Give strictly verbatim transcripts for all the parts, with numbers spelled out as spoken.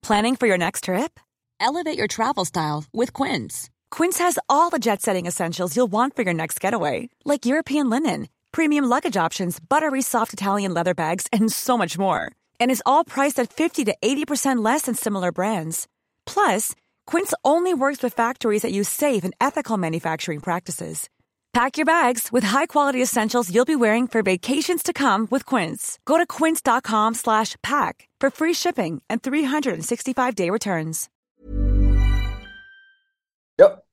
Planning for your next trip? Elevate your travel style with Quince. Quince has all the jet-setting essentials you'll want for your next getaway, like European linen, premium luggage options, buttery soft Italian leather bags, and so much more. And is all priced at fifty to eighty percent less than similar brands. Plus, Quince only works with factories that use safe and ethical manufacturing practices. Pack your bags with high-quality essentials you'll be wearing for vacations to come with Quince. Go to quince.com slash pack for free shipping and three sixty-five day returns. Yuk.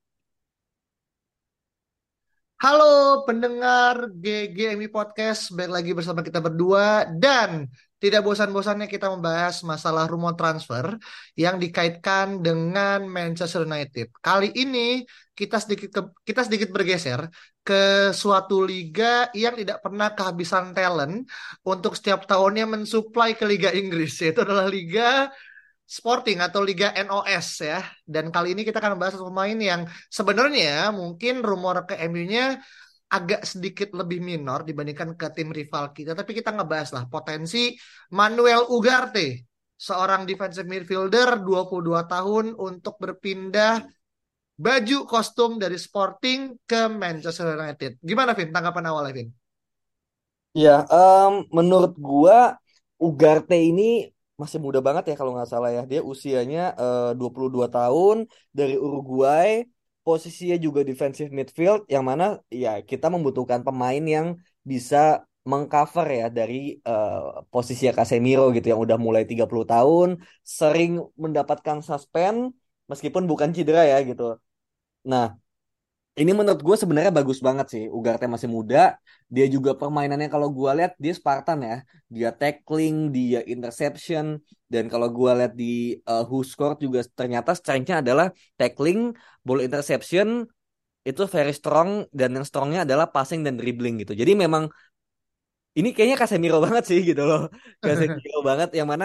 Halo pendengar G G M I Podcast, balik lagi bersama kita berdua dan tidak bosan-bosannya kita membahas masalah rumor transfer yang dikaitkan dengan Manchester United. Kali ini kita sedikit ke, kita sedikit bergeser ke suatu liga yang tidak pernah kehabisan talent untuk setiap tahunnya mensuplai ke Liga Inggris, yaitu adalah Liga Sporting atau Liga N O S ya. Dan kali ini kita akan membahas pemain yang sebenarnya mungkin rumor ke M U-nya agak sedikit lebih minor dibandingkan ke tim rival kita. Tapi kita ngebahas lah potensi Manuel Ugarte, seorang defensive midfielder dua puluh dua tahun untuk berpindah baju kostum dari Sporting ke Manchester United. Gimana Vin, tanggapan awalnya Vin? Ya, em, menurut gua Ugarte ini masih muda banget ya kalau nggak salah ya. Dia usianya eh, dua puluh dua tahun dari Uruguay. Posisinya juga defensive midfield yang mana ya kita membutuhkan pemain yang bisa mengcover ya dari uh, posisi Casemiro gitu yang udah mulai tiga puluh tahun, sering mendapatkan suspend meskipun bukan cedera ya gitu. Nah, ini menurut gue sebenarnya bagus banget sih. Ugarte masih muda. Dia juga permainannya kalau gue lihat dia Spartan ya. Dia tackling, dia interception. Dan kalau gue lihat di uh, Who Scored juga ternyata strength-nya adalah tackling, ball interception. Itu very strong. Dan yang strongnya adalah passing dan dribbling gitu. Jadi memang ini kayaknya Casemiro banget sih gitu loh. Casemiro banget yang mana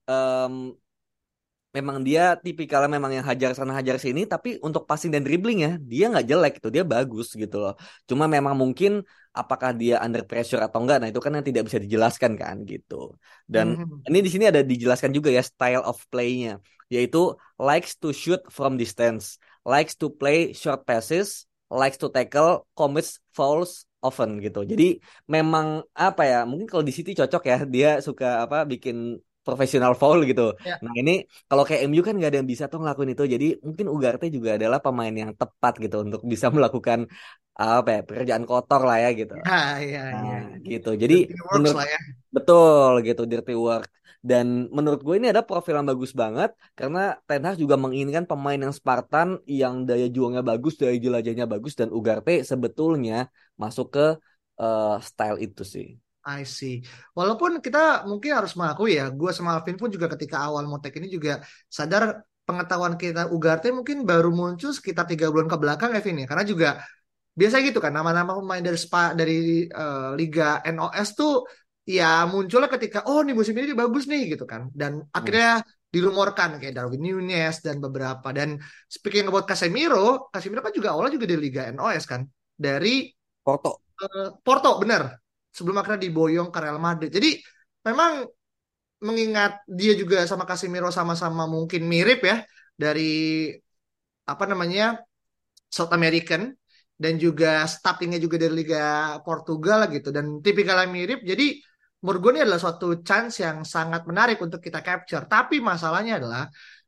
um, memang dia tipikalnya memang yang hajar sana hajar sini, tapi untuk passing dan dribbling ya dia nggak jelek gitu, dia bagus gitu loh. Cuma memang mungkin apakah dia under pressure atau enggak, nah itu kan yang tidak bisa dijelaskan kan gitu. Dan Hmm. ini di sini ada dijelaskan juga ya style of play-nya, yaitu likes to shoot from distance, likes to play short passes, likes to tackle, commits fouls often gitu. Jadi memang apa ya, mungkin kalau di City cocok ya, dia suka apa bikin profesional foul gitu. Ya. Nah ini kalau kayak M U kan nggak ada yang bisa tuh ngelakuin itu. Jadi mungkin Ugarte juga adalah pemain yang tepat gitu untuk bisa melakukan apa ya pekerjaan kotor lah ya gitu. Ya, ya, Nah ya. gitu. Jadi Dirty works menurut lah ya. betul gitu dirty work. Dan menurut gue ini ada profil yang bagus banget karena Ten Hag juga menginginkan pemain yang Spartan yang daya juangnya bagus, daya jelajahnya bagus dan Ugarte sebetulnya masuk ke eh, style itu sih. I see. Walaupun kita mungkin harus mengakui ya, gue sama Alvin pun juga ketika awal motek ini juga sadar pengetahuan kita Ugarte mungkin baru muncul sekitar tiga bulan ke belakang ya Vin ya. Karena juga biasa gitu kan nama-nama pemain dari spa dari eh, Liga N O S tuh ya munculnya ketika oh nih musim ini dia bagus nih gitu kan. Dan Hmm. akhirnya dilumorkan kayak Darwin Núñez dan beberapa. Dan speaking about Casemiro, Casemiro kan juga awalnya juga dari Liga N O S kan. Dari Porto. eh, Porto bener sebelum akhirnya diboyong ke Real Madrid. Jadi memang mengingat dia juga sama Casemiro sama-sama mungkin mirip ya dari apa namanya South American dan juga startingnya juga dari Liga Portugal gitu dan tipikalnya mirip. Jadi menurut gue ini adalah suatu chance yang sangat menarik untuk kita capture. Tapi masalahnya adalah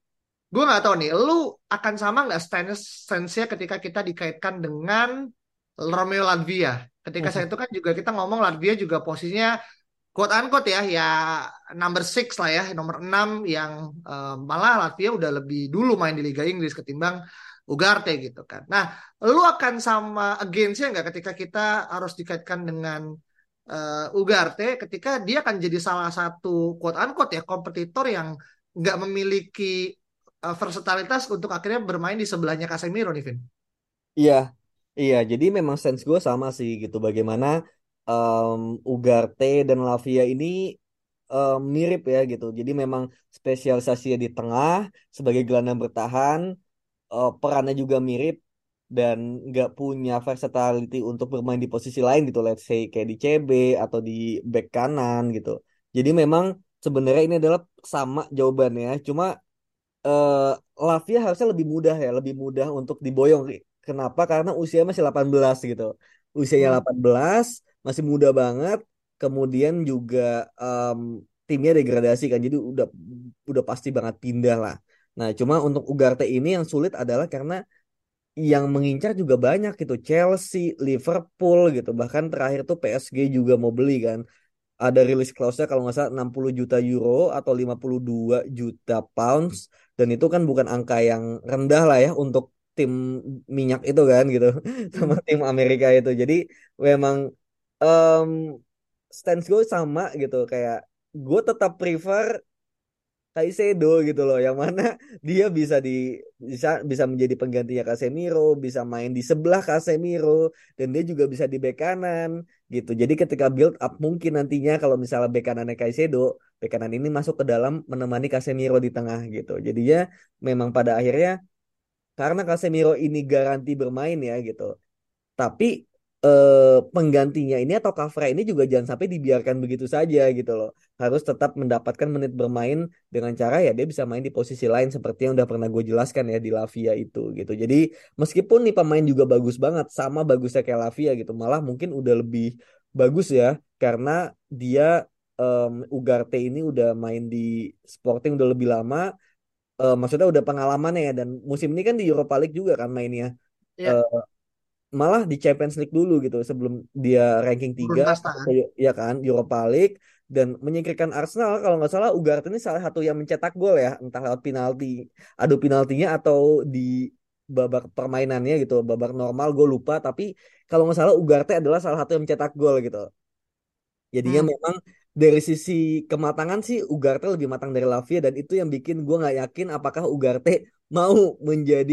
gue nggak tahu nih, lu akan sama nggak stance stance-nya ketika kita dikaitkan dengan Romeo Lavia. Ketika saya itu kan juga kita ngomong Latvia juga posisinya quote unquote ya ya number six lah ya nomor enam yang eh, malah Latvia udah lebih dulu main di Liga Inggris ketimbang Ugarte gitu kan. Nah, lu akan sama against-nya nggak ketika kita harus dikaitkan dengan eh, Ugarte ketika dia akan jadi salah satu quote unquote ya kompetitor yang nggak memiliki eh, versatilitas untuk akhirnya bermain di sebelahnya Casemiro nih Vin. Iya, iya. Jadi memang sense gue sama sih gitu. Bagaimana em, Ugarte dan Lavia ini em, mirip ya gitu. Jadi memang spesialisasinya di tengah sebagai gelandang bertahan, eh, perannya juga mirip dan nggak punya versatility untuk bermain di posisi lain gitu. Let's say kayak di C B atau di back kanan gitu. Jadi memang sebenarnya ini adalah sama jawabannya. Cuma eh Lavia harusnya lebih mudah ya, lebih mudah untuk diboyong. Kenapa? Karena usia masih delapan belas gitu. Usianya Hmm. delapan belas, masih muda banget. Kemudian juga em, timnya degradasi kan, jadi udah udah pasti banget pindah lah. Nah, cuma untuk Ugarte ini yang sulit adalah karena yang mengincar juga banyak gitu. Chelsea, Liverpool gitu. Bahkan terakhir tuh P S G juga mau beli kan. Ada rilis clause-nya kalau nggak salah enam puluh juta euro atau lima puluh dua juta pounds, dan itu kan bukan angka yang rendah lah ya untuk tim minyak itu kan gitu sama Hmm. tim Amerika itu. Jadi memang em stance gue sama gitu, kayak gue tetap prefer Caicedo gitu loh, yang mana dia bisa di bisa bisa menjadi penggantinya Casemiro, bisa main di sebelah Casemiro, dan dia juga bisa di bek kanan gitu. Jadi ketika build up mungkin nantinya kalau misalnya bek kanannya Caicedo, bek kanan ini masuk ke dalam menemani Casemiro di tengah gitu. Jadinya memang pada akhirnya karena Casemiro ini garansi bermain ya gitu. Tapi eh, penggantinya ini atau Kavra ini juga jangan sampai dibiarkan begitu saja gitu loh. Harus tetap mendapatkan menit bermain dengan cara ya dia bisa main di posisi lain seperti yang udah pernah gue jelaskan ya di Lavia itu gitu. Jadi meskipun nih pemain juga bagus banget, sama bagusnya kayak Lavia gitu, malah mungkin udah lebih bagus ya karena dia em, Ugarte ini udah main di Sporting udah lebih lama, eh, maksudnya udah pengalamannya ya, dan musim ini kan di Europa League juga kan mainnya. Ya, Eh, Malah di Champions League dulu gitu sebelum dia ranking turun tiga kasta atau kan. ya kan Europa League, dan menyingkirkan Arsenal kalau nggak salah. Ugarte ini salah satu yang mencetak gol ya, entah lewat penalti, adu penaltinya atau di babak permainannya gitu, babak normal gue lupa, tapi kalau nggak salah Ugarte adalah salah satu yang mencetak gol gitu. Jadinya Hmm. memang dari sisi kematangan sih Ugarte lebih matang dari Lavia, dan itu yang bikin gue nggak yakin apakah Ugarte mau menjadi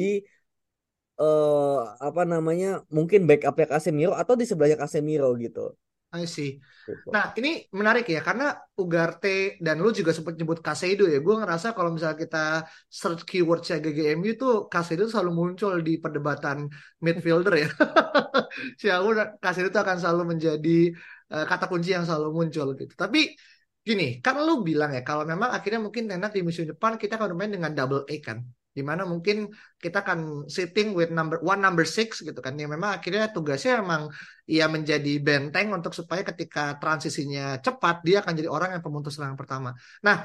eh apa namanya, mungkin backupnya Casemiro atau di sebelahnya Casemiro gitu. I see. Gitu. Nah, ini menarik ya, karena Ugarte dan lu juga sempat nyebut Casado ya. Gue ngerasa kalau misalnya kita search keywordnya G G M U tuh, Casado selalu muncul di perdebatan midfielder ya. Siapapun Casado itu akan selalu menjadi eh, kata kunci yang selalu muncul gitu. Tapi gini, kan lu bilang ya, kalau memang akhirnya mungkin enak di musim depan kita akan bermain dengan double A kan. Dimana mungkin kita akan sitting with number one, number six gitu kan. Yang memang akhirnya tugasnya emang ia menjadi benteng untuk supaya ketika transisinya cepat dia akan jadi orang yang pemutus serangan pertama. Nah,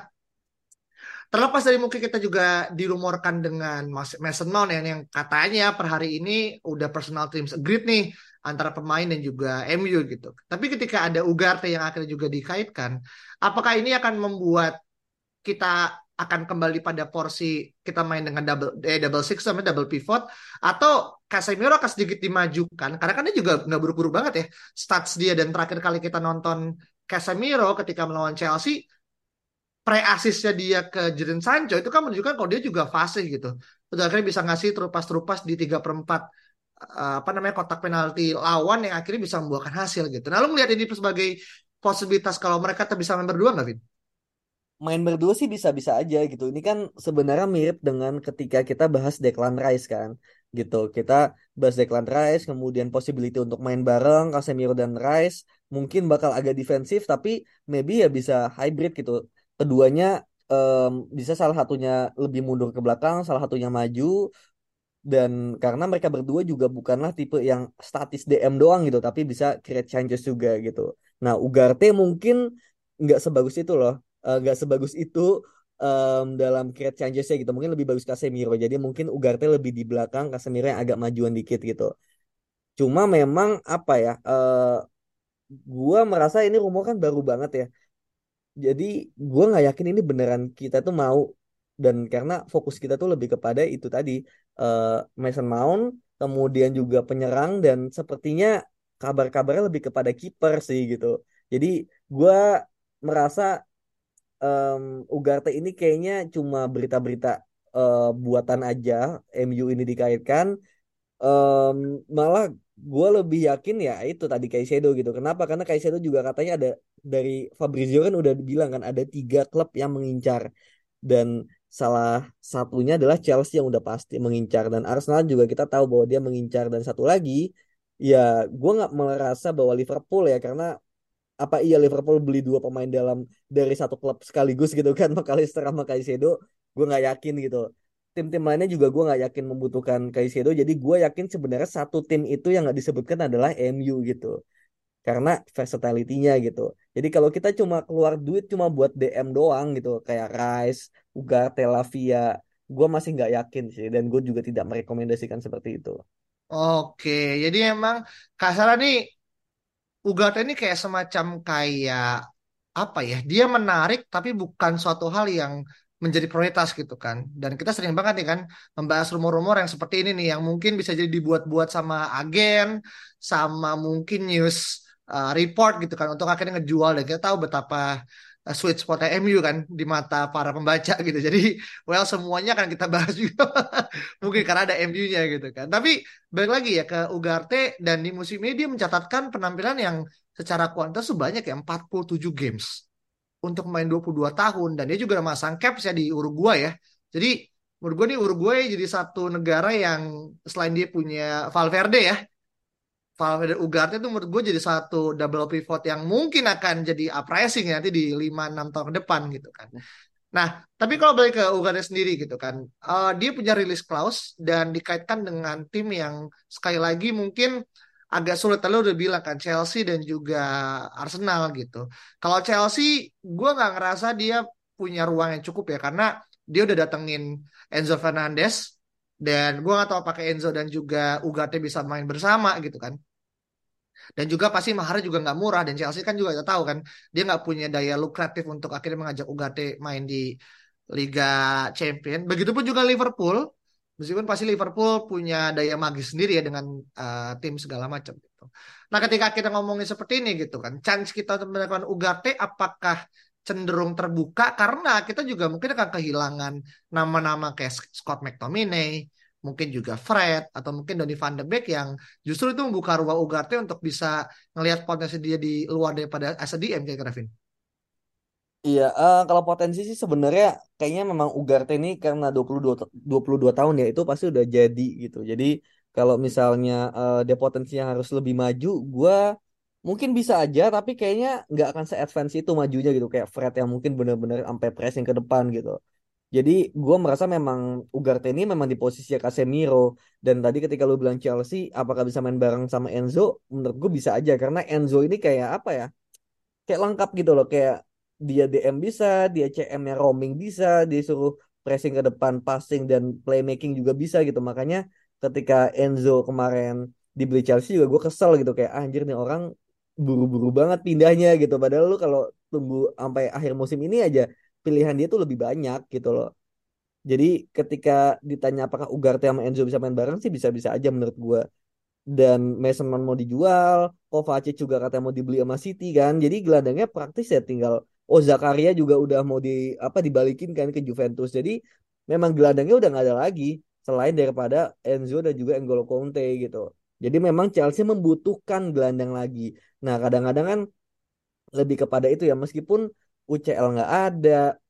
terlepas dari mungkin kita juga dirumorkan dengan Mason Mount yang, yang katanya per hari ini udah personal teams agreed nih antara pemain dan juga M U gitu. Tapi ketika ada Ugarte yang akhirnya juga dikaitkan, apakah ini akan membuat kita akan kembali pada porsi kita main dengan double eh, double six sama double pivot, atau Casemiro akan sedikit dimajukan karena kan dia juga nggak buru-buru banget ya stats dia, dan terakhir kali kita nonton Casemiro ketika melawan Chelsea pre-asisnya dia ke Jadon Sancho itu kan menunjukkan kalau dia juga fasih gitu. Terus akhirnya bisa ngasih terupas-terupas di tiga per empat eh, apa namanya kotak penalti lawan yang akhirnya bisa membuahkan hasil gitu. Nah, lu ngeliat ini sebagai posibilitas kalau mereka tuh bisa main berdua nggak, Vin? Main berdua sih bisa-bisa aja gitu. Ini kan sebenarnya mirip dengan ketika kita bahas Declan Rice kan gitu. Kita bahas Declan Rice, kemudian possibility untuk main bareng Casemiro dan Rice mungkin bakal agak defensif, tapi maybe ya bisa hybrid gitu. Keduanya em, bisa salah satunya lebih mundur ke belakang, salah satunya maju. Dan karena mereka berdua juga bukanlah tipe yang statis D M doang gitu, tapi bisa create changes juga gitu. Nah, Ugarte mungkin nggak sebagus itu loh. Eh, nggak sebagus itu em, dalam create changesnya gitu. Mungkin lebih bagus Casemiro. Jadi mungkin Ugarte lebih di belakang, Casemiro yang agak majuan dikit gitu. Cuma memang apa ya? eh gua merasa ini rumor kan baru banget ya. Jadi gue nggak yakin ini beneran kita tuh mau, dan karena fokus kita tuh lebih kepada itu tadi, eh, Mason Mount, kemudian juga penyerang, dan sepertinya kabar-kabarnya lebih kepada kiper sih gitu. Jadi gue merasa em, Ugarte ini kayaknya cuma berita-berita eh, buatan aja, M U ini dikaitkan. Em, Malah gue lebih yakin ya itu tadi Caicedo gitu. Kenapa? Karena Caicedo juga katanya ada, dari Fabrizio kan udah bilang kan ada tiga klub yang mengincar, dan salah satunya adalah Chelsea yang udah pasti mengincar, dan Arsenal juga kita tahu bahwa dia mengincar, dan satu lagi ya gue nggak merasa bahwa Liverpool ya, karena apa iya Liverpool beli dua pemain dalam dari satu klub sekaligus gitu kan, McAllister sama Caicedo. gue nggak yakin gitu. Tim-tim lainnya juga gue nggak yakin membutuhkan Caicedo. Jadi gue yakin sebenarnya satu tim itu yang nggak disebutkan adalah M U gitu. Karena versatility-nya gitu. Jadi kalau kita cuma keluar duit cuma buat D M doang gitu, kayak Rice, Ugarte, Lavia, gue masih nggak yakin sih. Dan gue juga tidak merekomendasikan seperti itu. Oke, jadi emang kasarnya nih Ugarte ini kayak semacam kayak apa ya? Dia menarik tapi bukan suatu hal yang menjadi prioritas gitu kan. Dan kita sering banget nih kan membahas rumor-rumor yang seperti ini nih yang mungkin bisa jadi dibuat-buat sama agen, sama mungkin news uh, report gitu kan untuk akhirnya ngejual dan kita tahu betapa uh, sweet spotnya M U kan di mata para pembaca gitu. Jadi well semuanya kan kita bahas juga mungkin karena ada M U-nya gitu kan. Tapi balik lagi ya ke Ugarte dan di musim ini dia mencatatkan penampilan yang secara kuantitas tuh banyak ya empat puluh tujuh games untuk main dua puluh dua tahun dan dia juga masang caps ya di Uruguay ya. Jadi menurut gue nih Uruguay jadi satu negara yang selain dia punya Valverde ya, Valverde Ugarte itu menurut gue jadi satu double pivot yang mungkin akan jadi uprising ya, nanti di lima enam tahun ke depan gitu kan. Nah, tapi kalau balik ke Ugarte sendiri gitu kan, uh, dia punya release clause dan dikaitkan dengan tim yang sekali lagi mungkin agak sulit. Tadi lo udah bilang kan Chelsea dan juga Arsenal gitu. Kalau Chelsea, gue nggak ngerasa dia punya ruang yang cukup ya karena dia udah datengin Enzo Fernandez dan gue nggak tahu apakah Enzo dan juga Ugarte bisa main bersama gitu kan. Dan juga pasti maharnya juga nggak murah dan Chelsea kan juga udah tahu kan dia nggak punya daya lukratif untuk akhirnya mengajak Ugarte main di Liga Champion. Begitupun juga Liverpool, meskipun pasti Liverpool punya daya magis sendiri ya dengan uh, tim segala macam gitu. Nah ketika kita ngomongin seperti ini gitu kan, chance kita untuk mendapatkan Ugarte apakah cenderung terbuka karena kita juga mungkin akan kehilangan nama-nama kayak Scott McTominay, mungkin juga Fred atau mungkin Donny van de Beek yang justru itu membuka ruang Ugarte untuk bisa ngelihat potensi dia di luar daripada as a D M kayak Kevin. Iya, eh, kalau potensi sih sebenarnya kayaknya memang Ugarte ini karena dua puluh dua ta- dua puluh dua tahun ya itu pasti udah jadi gitu. Jadi kalau misalnya eh, dia potensinya harus lebih maju, gua mungkin bisa aja tapi kayaknya nggak akan se-advance itu majunya gitu kayak Fred yang mungkin bener-bener sampai pressing ke depan gitu. Jadi gua merasa memang Ugarte ini memang di posisi Casemiro dan tadi ketika lu bilang Chelsea apakah bisa main bareng sama Enzo? Menurut gue bisa aja karena Enzo ini kayak apa ya? Kayak lengkap gitu loh kayak dia D M bisa, dia C M-nya roaming bisa, dia suruh pressing ke depan, passing dan playmaking juga bisa gitu. Makanya ketika Enzo kemarin dibeli Chelsea juga gue kesel gitu kayak "Ah, anjir nih orang buru-buru banget pindahnya gitu. Padahal lu kalau tunggu sampai akhir musim ini aja pilihan dia tuh lebih banyak gitu loh. Jadi ketika ditanya apakah Ugarte sama Enzo bisa main bareng sih bisa-bisa aja menurut gue dan Mason Mount mau dijual, Kovacic juga katanya mau dibeli sama City kan. Jadi gelandangnya praktis ya tinggal oh Zakaria juga udah mau di apa dibalikin kan ke Juventus. Jadi memang gelandangnya udah nggak ada lagi selain daripada Enzo dan juga N'Golo Conte gitu. Jadi memang Chelsea membutuhkan gelandang lagi. Nah, kadang-kadang kan lebih kepada itu ya meskipun U C L nggak ada,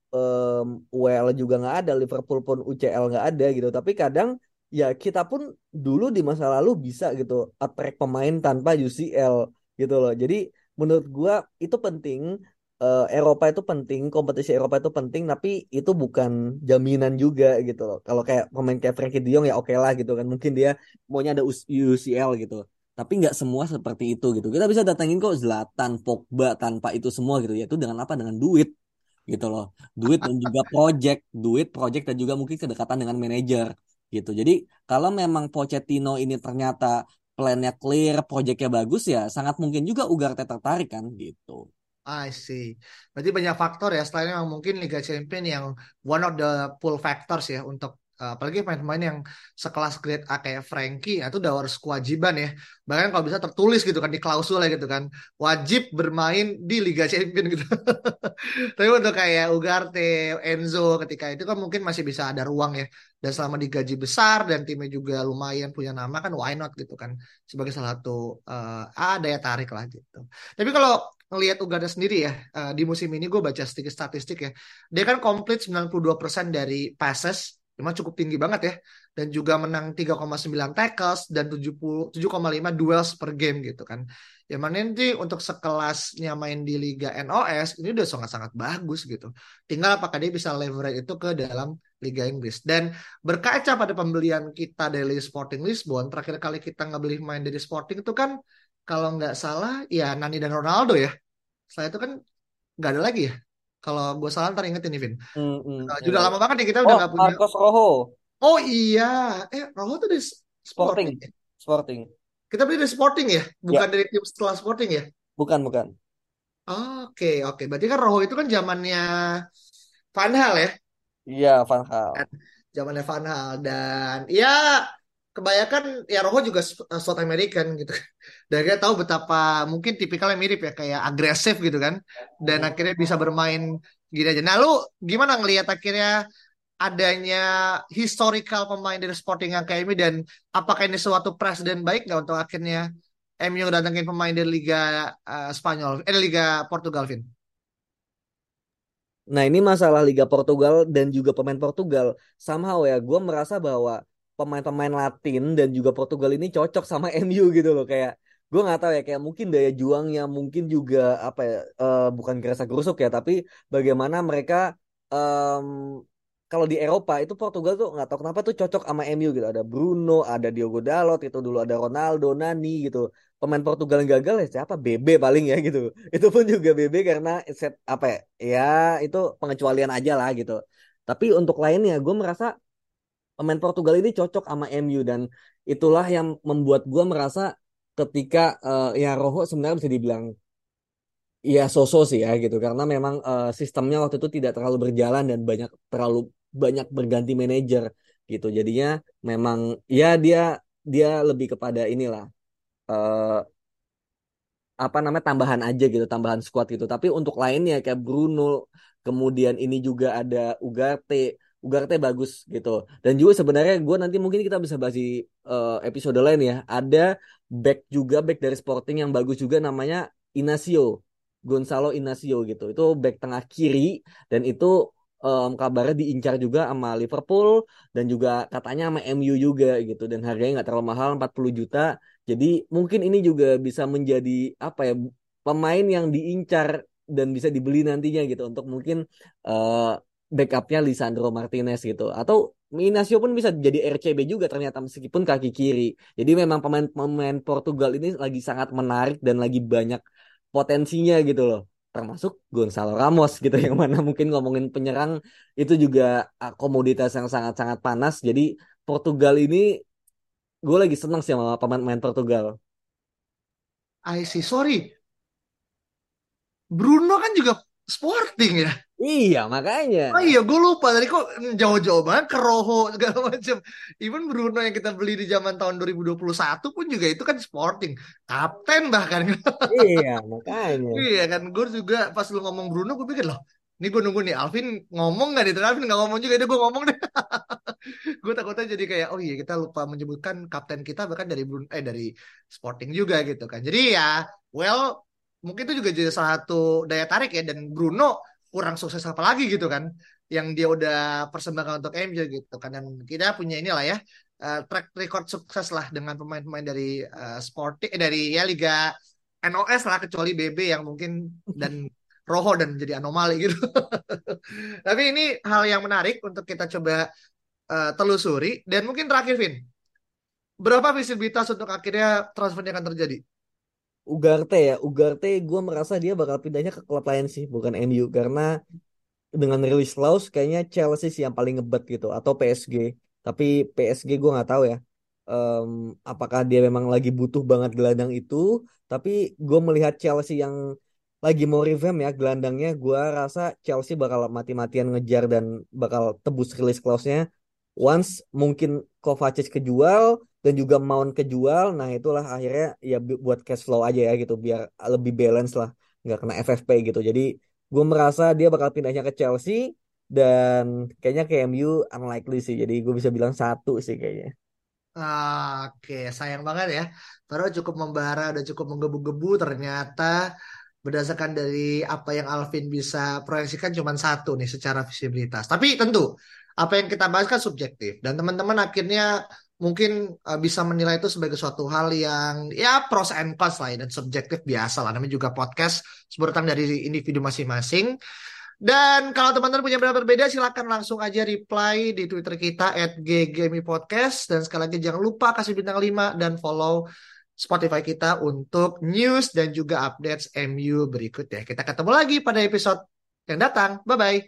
em, U E L juga nggak ada, Liverpool pun U C L nggak ada gitu. Tapi kadang ya kita pun dulu di masa lalu bisa gitu attract pemain tanpa U C L gitu loh. Jadi menurut gua itu penting. eh, Eropa itu penting, kompetisi Eropa itu penting, tapi itu bukan jaminan juga gitu loh. Kalau kayak pemain kayak Frankie De Jong ya oke lah gitu kan, mungkin dia maunya ada U C L gitu. Tapi nggak semua seperti itu gitu. Kita bisa datangin kok Zlatan, Pogba tanpa itu semua gitu. Yaitu dengan apa? Dengan duit gitu loh. Duit dan juga project, duit, project dan juga mungkin kedekatan dengan manajer gitu. Jadi kalau memang Pochettino ini ternyata plannya clear, projectnya bagus ya, sangat mungkin juga Ugarte tertarik kan gitu. I see. Berarti banyak faktor ya. Selain memang mungkin Liga Champions yang one of the pull factors ya untuk uh, apalagi pemain-pemain yang sekelas grade A kayak Frankie ya, itu udah harus kewajiban ya. Bahkan kalau bisa tertulis gitu kan di klausul ya gitu kan. Wajib bermain di Liga Champions gitu. Tapi untuk kayak Ugarte, Enzo ketika itu kan mungkin masih bisa ada ruang ya. Dan selama digaji besar dan timnya juga lumayan punya nama kan why not gitu kan. Sebagai salah satu uh, ah, daya tarik lah gitu. Tapi kalau ngelihat Uganda sendiri ya uh, di musim ini gue baca sedikit statistik ya dia kan komplit sembilan puluh dua persen dari passes Memang cukup tinggi banget ya. Dan juga menang tiga koma sembilan tackles dan tujuh puluh tujuh koma lima duels per game gitu kan. Ya mana nanti untuk sekelasnya main di Liga N O S ini udah sangat-sangat bagus gitu. Tinggal apakah dia bisa leverage itu ke dalam Liga Inggris. Dan berkaca pada pembelian kita dari Sporting Lisbon, terakhir kali kita ngebeli main dari Sporting itu kan kalau nggak salah ya Nani dan Ronaldo ya. Setelah itu kan nggak ada lagi ya. Kalau gue salah ntar ingetin nih Vin. Hmm, hmm, Nah, iya, sudah iya. lama banget nih kita udah Oh, nggak punya. Marcos Rojo, Oh iya, eh Romo tuh dari Sporting Sporting, ya? Sporting. Kita beli dari Sporting ya, bukan Ya, dari tim setelah Sporting ya? bukan bukan. Oke oke, berarti kan Romo itu kan zamannya Van Hal ya, Iya, Van Gaal. kan? Zamannya Van Hal dan ya kebanyakan ya Romo juga South American gitu. Dan kita tahu betapa mungkin tipikalnya mirip ya, kayak agresif gitu kan, dan Hmm. akhirnya bisa bermain gini aja. Nah lu gimana ngelihat akhirnya adanya historical pemain dari Sporting yang kayak ini dan apakah ini suatu presiden baik nggak untuk akhirnya M U datangin pemain dari Liga eh, Spanyol, eh Liga Portugal, Vin? Nah, ini masalah Liga Portugal dan juga pemain Portugal. Somehow ya, gue merasa bahwa pemain-pemain Latin dan juga Portugal ini cocok sama M U gitu loh. Kayak gue nggak tahu ya, kayak mungkin daya juangnya, mungkin juga apa ya, eh, bukan gerasa gerusuk ya, tapi bagaimana mereka em, kalau di Eropa itu Portugal tuh nggak tahu kenapa tuh cocok sama M U gitu. Ada Bruno, ada Diogo Dalot, itu dulu ada Ronaldo, Nani gitu. Pemain Portugal yang gagal ya siapa? B B paling ya gitu. Itu pun juga B B karena set apa ya? Ya itu pengecualian aja lah gitu. Tapi untuk lainnya gue merasa pemain Portugal ini cocok sama M U dan itulah yang membuat gue merasa ketika eh, ya Rojo sebenarnya bisa dibilang ya so-so sih ya gitu karena memang eh, sistemnya waktu itu tidak terlalu berjalan dan banyak terlalu banyak berganti manajer gitu. Jadinya memang ya dia dia lebih kepada inilah eh, apa namanya tambahan aja gitu, tambahan squad gitu. Tapi untuk lainnya kayak Bruno, kemudian ini juga ada Ugarte, Ugarte bagus gitu. Dan juga sebenarnya gue nanti mungkin kita bisa bahas di eh, episode lain ya. Ada back juga back dari Sporting yang bagus juga namanya Inacio, Gonzalo Inacio gitu. Itu back tengah kiri dan itu em, kabarnya diincar juga sama Liverpool dan juga katanya sama M U juga gitu. Dan harganya nggak terlalu mahal empat puluh juta. Jadi mungkin ini juga bisa menjadi apa ya pemain yang diincar dan bisa dibeli nantinya gitu untuk mungkin eh, backupnya Lisandro Martinez gitu atau Inacio pun bisa jadi R C B juga ternyata meskipun kaki kiri. Jadi memang pemain-pemain Portugal ini lagi sangat menarik dan lagi banyak potensinya gitu loh. Termasuk Gonzalo Ramos gitu yang mana mungkin ngomongin penyerang itu juga ah, komoditas yang sangat-sangat panas. Jadi Portugal ini gue lagi seneng sih sama pemain-pemain Portugal. I see, sorry, Bruno kan juga Sporting ya. Iya, makanya. Oh iya, gue lupa tadi kok jauh-jauh banget ke Rojo segala macam. Even Bruno yang kita beli di zaman tahun dua ribu dua puluh satu pun juga itu kan Sporting, kapten bahkan. Iya, makanya. Iya kan, gue juga pas lu ngomong Bruno gue pikir loh, ini gue nunggu nih Alvin ngomong nggak nih, ternyata Alvin nggak ngomong juga, deh gue ngomong deh. Gue takutnya jadi kayak oh iya kita lupa menyebutkan kapten kita bahkan dari Bruno eh dari Sporting juga gitu kan. Jadi ya well mungkin itu juga jadi salah satu daya tarik ya dan Bruno kurang sukses apa lagi gitu kan yang dia udah persembahkan untuk M U gitu kan dan kita punya inilah ya eh, track record sukses lah dengan pemain-pemain dari eh, Sporting eh, dari ya Liga N O S lah kecuali B B yang mungkin dan Rojo dan jadi anomali gitu. Tapi ini hal yang menarik untuk kita coba eh, telusuri dan mungkin terakhir Vin, berapa visibilitas untuk akhirnya transfernya akan terjadi? Ugarte ya, Ugarte gue merasa dia bakal pindahnya ke klub lain sih, bukan M U karena dengan release clause kayaknya Chelsea sih yang paling ngebet gitu atau P S G. Tapi P S G gue nggak tahu ya. Em, apakah dia memang lagi butuh banget gelandang itu? Tapi gue melihat Chelsea yang lagi mau revamp ya gelandangnya, gue rasa Chelsea bakal mati-matian ngejar dan bakal tebus release clause-nya. Once mungkin Kovacic kejual dan juga Mount kejual, nah itulah akhirnya ya bu- buat cash flow aja ya gitu biar lebih balance lah, nggak kena F F P gitu. Jadi gue merasa dia bakal pindahnya ke Chelsea dan kayaknya ke M U unlikely sih. Jadi gue bisa bilang satu sih kayaknya. Ah, oke, sayang banget ya. Padahal cukup membara, udah cukup menggebu-gebu. Ternyata berdasarkan dari apa yang Alvin bisa proyeksikan cuma satu nih secara visibilitas. Tapi tentu apa yang kita bahas kan subjektif dan teman-teman akhirnya mungkin uh, bisa menilai itu sebagai suatu hal yang ya pros and cons lah ya, dan subjektif biasa lah, namanya juga podcast sebutan dari individu masing-masing. Dan kalau teman-teman punya pendapat berbeda, silakan langsung aja reply di Twitter kita at g g m i podcast. Dan sekali lagi jangan lupa kasih bintang lima dan follow Spotify kita untuk news dan juga updates M U berikutnya. Kita ketemu lagi pada episode yang datang. Bye-bye.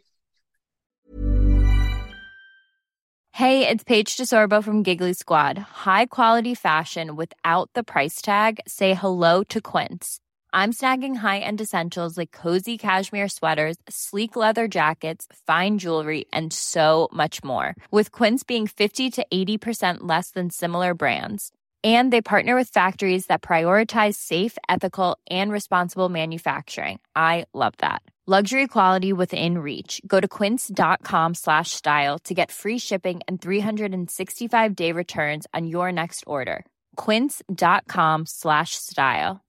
Hey, it's Paige DeSorbo from Giggly Squad. High quality fashion without the price tag. Say hello to Quince. I'm snagging high-end essentials like cozy cashmere sweaters, sleek leather jackets, fine jewelry, and so much more. With Quince being fifty to eighty percent less than similar brands. And they partner with factories that prioritize safe, ethical, and responsible manufacturing. I love that. Luxury quality within reach. Go to quince.com slash style to get free shipping and three sixty-five day returns on your next order. Quince.com slash style.